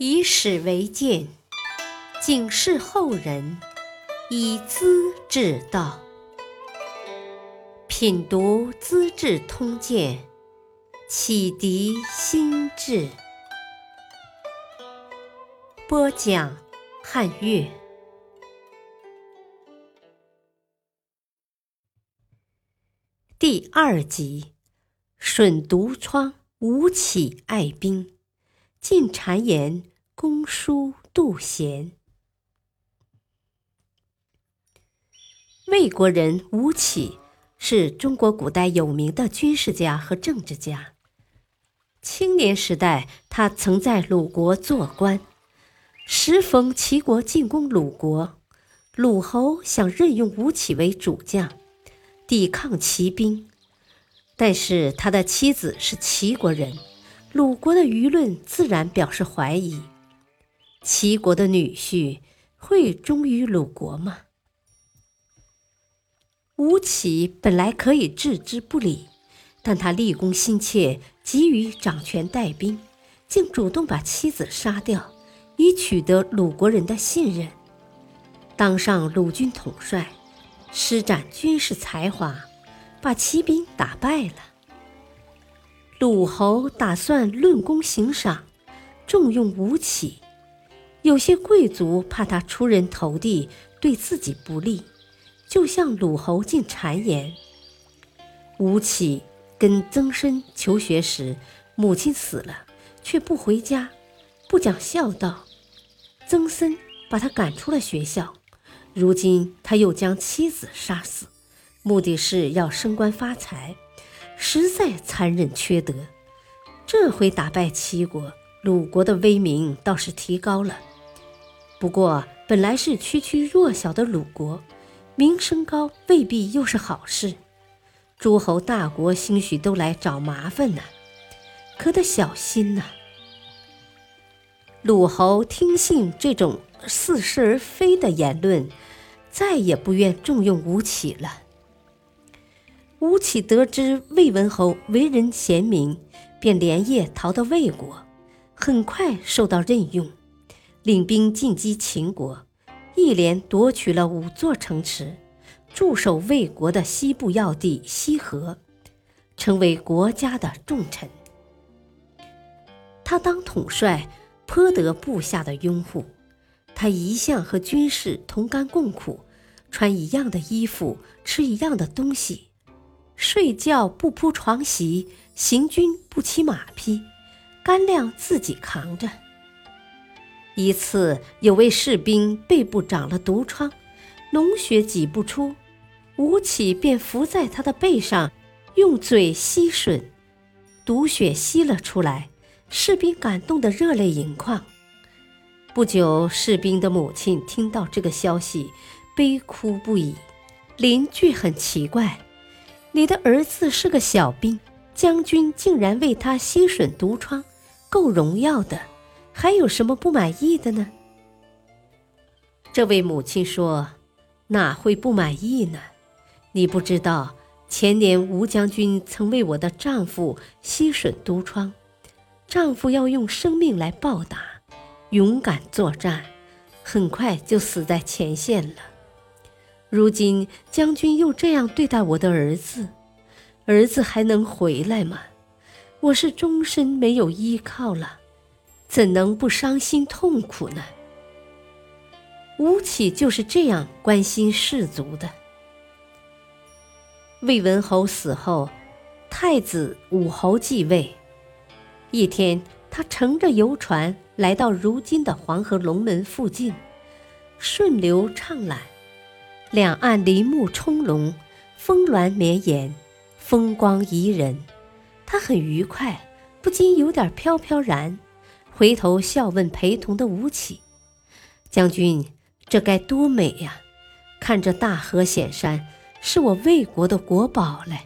以史为鉴，警示后人，以资治道。品读《资治通鉴》，启迪心智。播讲汉乐。第2集：吮独疮，吴起爱兵，进谗言，公叔杜贤。魏国人吴起是中国古代有名的军事家和政治家。青年时代，他曾在鲁国做官。时逢齐国进攻鲁国，鲁侯想任用吴起为主将，抵抗齐兵。但是他的妻子是齐国人，鲁国的舆论自然表示怀疑。齐国的女婿会忠于鲁国吗？吴起本来可以置之不理，但他立功心切，急于掌权带兵，竟主动把妻子杀掉，以取得鲁国人的信任。当上鲁军统帅，施展军事才华，把齐兵打败了。鲁侯打算论功行赏，重用吴起。有些贵族怕他出人头地，对自己不利，就向鲁侯进谗言。吴起跟曾参求学时，母亲死了，却不回家，不讲孝道。曾参把他赶出了学校。如今他又将妻子杀死，目的是要升官发财，实在残忍缺德。这回打败齐国，鲁国的威名倒是提高了。不过本来是区区弱小的鲁国，名声高未必又是好事。诸侯大国兴许都来找麻烦呢，可得小心呐。鲁侯听信这种似是而非的言论，再也不愿重用吴起了。吴起得知魏文侯为人贤明，便连夜逃到魏国，很快受到任用，领兵进击秦国，一连夺取了5座城池，驻守魏国的西部要地西河，成为国家的重臣。他当统帅，颇得部下的拥护。他一向和军士同甘共苦，穿一样的衣服，吃一样的东西，睡觉不铺床席，行军不骑马匹，干粮自己扛着。一次，有位士兵背部长了毒疮，脓血挤不出，吴起便伏在他的背上，用嘴吸吮，毒血吸了出来，士兵感动得热泪盈眶。不久，士兵的母亲听到这个消息，悲哭不已。邻居很奇怪，你的儿子是个小兵，将军竟然为他吸吮毒疮，够荣耀的，还有什么不满意的呢？这位母亲说，哪会不满意呢？你不知道，前年吴将军曾为我的丈夫吸吮毒疮，丈夫要用生命来报答，勇敢作战，很快就死在前线了。如今将军又这样对待我的儿子，儿子还能回来吗？我是终身没有依靠了，怎能不伤心痛苦呢？吴起就是这样关心士卒的。魏文侯死后，太子武侯继位。一天，他乘着游船来到如今的黄河龙门附近，顺流畅览，两岸林木葱茏，峰峦绵延，风光宜人。他很愉快，不禁有点飘飘然，回头笑问陪同的吴起：“将军，这该多美呀！看这大河险山，是我魏国的国宝嘞。”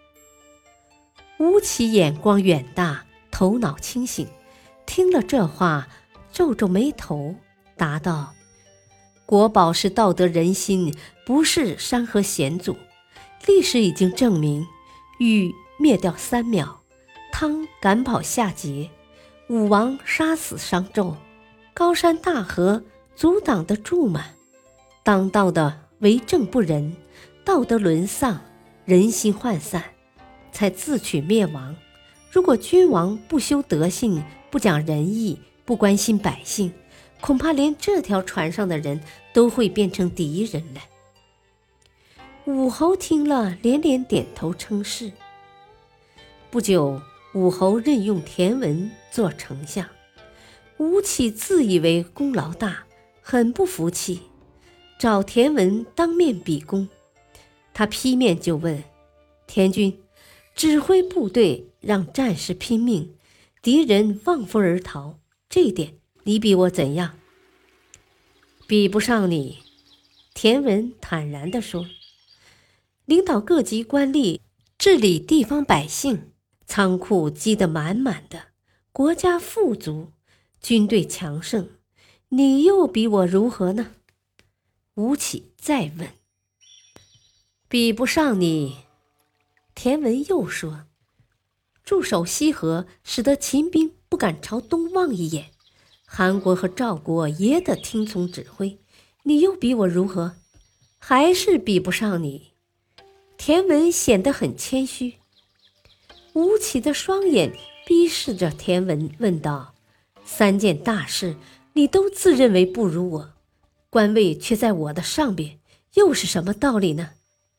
吴起眼光远大，头脑清醒，听了这话，皱皱眉头，答道：“国宝是道德人心，不是山河险阻。历史已经证明，禹灭掉3秒，汤赶跑夏桀，武王杀死商纣， 高山大河阻挡得住吗？当道的为政不仁，道德沦丧，人心涣散，才自取灭亡。如果君王不修德性，不讲仁义，不关心百姓，恐怕连这条船上的人都会变成敌人了。武侯听了，连连点头称是。不久，武侯任用田文做丞相。吴起自以为功劳大，很不服气，找田文当面比功。他劈面就问：田君，指挥部队，让战士拼命，敌人望风而逃，这一点你比我怎样？比不上你。田文坦然地说。领导各级官吏，治理地方百姓，仓库积得满满的，国家富足，军队强盛，你又比我如何呢？吴起再问。比不上你。田文又说。驻守西河，使得秦兵不敢朝东望一眼，韩国和赵国也得听从指挥，你又比我如何？还是比不上你。田文显得很谦虚。吴起的双眼逼视着田文，问道：三件大事，你都自认为不如我，官位却在我的上边，又是什么道理呢？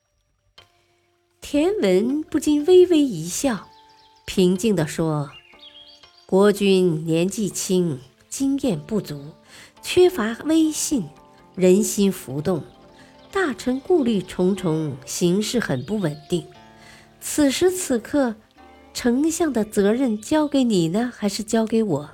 田文不禁微微一笑，平静地说：国君年纪轻，经验不足，缺乏威信，人心浮动，大臣顾虑重重，形势很不稳定。此时此刻，丞相的责任交给你呢，还是交给我？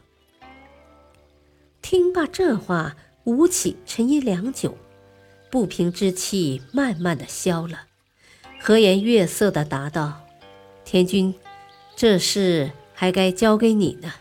听罢这话，吴起沉吟良久，不平之气慢慢地消了，和颜悦色地答道：田君，这事还该交给你呢。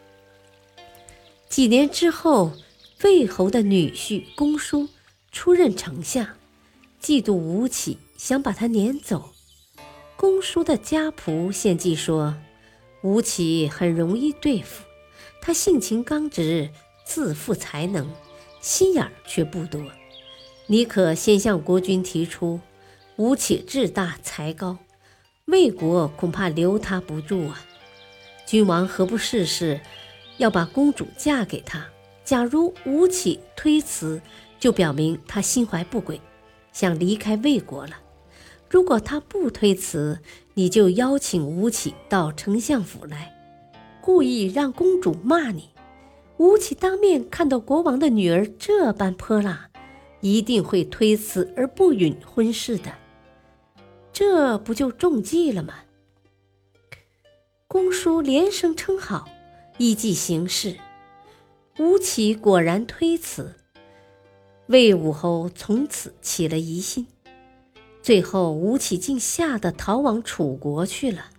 几年之后，魏侯的女婿公叔出任丞相，嫉妒吴起，想把他撵走。公叔的家仆献计说，吴起很容易对付，他性情刚直，自负才能，心眼却不多。你可先向国君提出，吴起志大才高，魏国恐怕留他不住啊。君王何不试试，要把公主嫁给他？假如吴起推辞，就表明他心怀不轨，想离开魏国了。如果他不推辞，你就邀请吴起到丞相府来，故意让公主骂你。吴起当面看到国王的女儿这般泼辣，一定会推辞而不允婚事的。这不就中计了吗？公叔连声称好，依计行事。吴起果然推辞，魏武侯从此起了疑心。最后吴起竟吓得逃往楚国去了。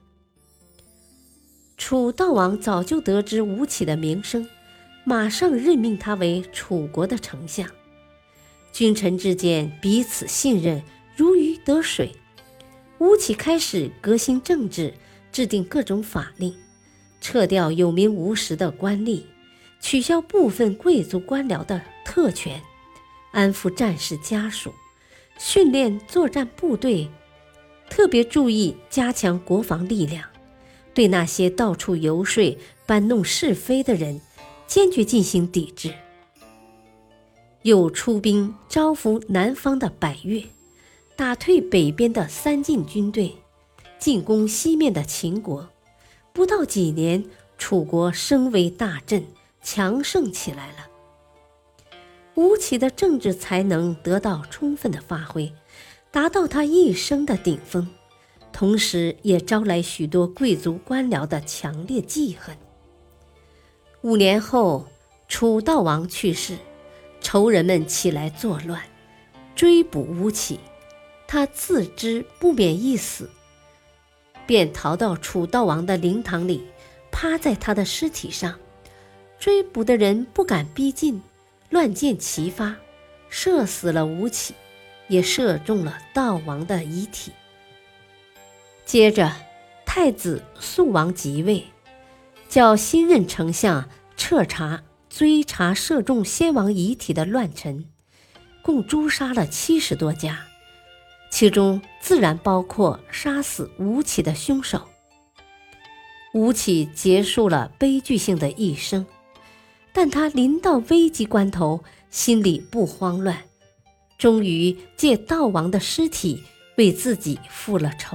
楚悼王早就得知吴起的名声，马上任命他为楚国的丞相。君臣之间彼此信任，如鱼得水。吴起开始革新政治，制定各种法令，撤掉有名无实的官吏，取消部分贵族官僚的特权，安抚战士家属，训练作战部队，特别注意加强国防力量，对那些到处游说、搬弄是非的人，坚决进行抵制。又出兵招服南方的百越，打退北边的三晋军队，进攻西面的秦国。不到几年，楚国声威大振，强盛起来了。吴起的政治才能得到充分的发挥，达到他一生的顶峰，同时也招来许多贵族官僚的强烈记恨。5年后，楚悼王去世，仇人们起来作乱，追捕吴起。他自知不免一死，便逃到楚悼王的灵堂里，趴在他的尸体上。追捕的人不敢逼近，乱箭齐发，射死了吴起，也射中了悼王的遗体。接着，太子肃王即位，叫新任丞相彻查追查射中先王遗体的乱臣，共诛杀了70多家，其中自然包括杀死吴起的凶手。吴起结束了悲剧性的一生，但他临到危急关头，心里不慌乱，终于借悼王的尸体为自己复了仇。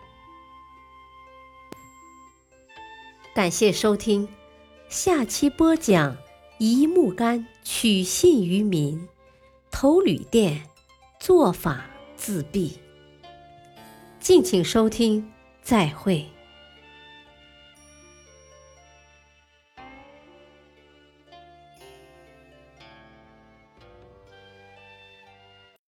感谢收听，下期播讲一木竿取信于民，投旅店做法自毙。敬请收听，再会。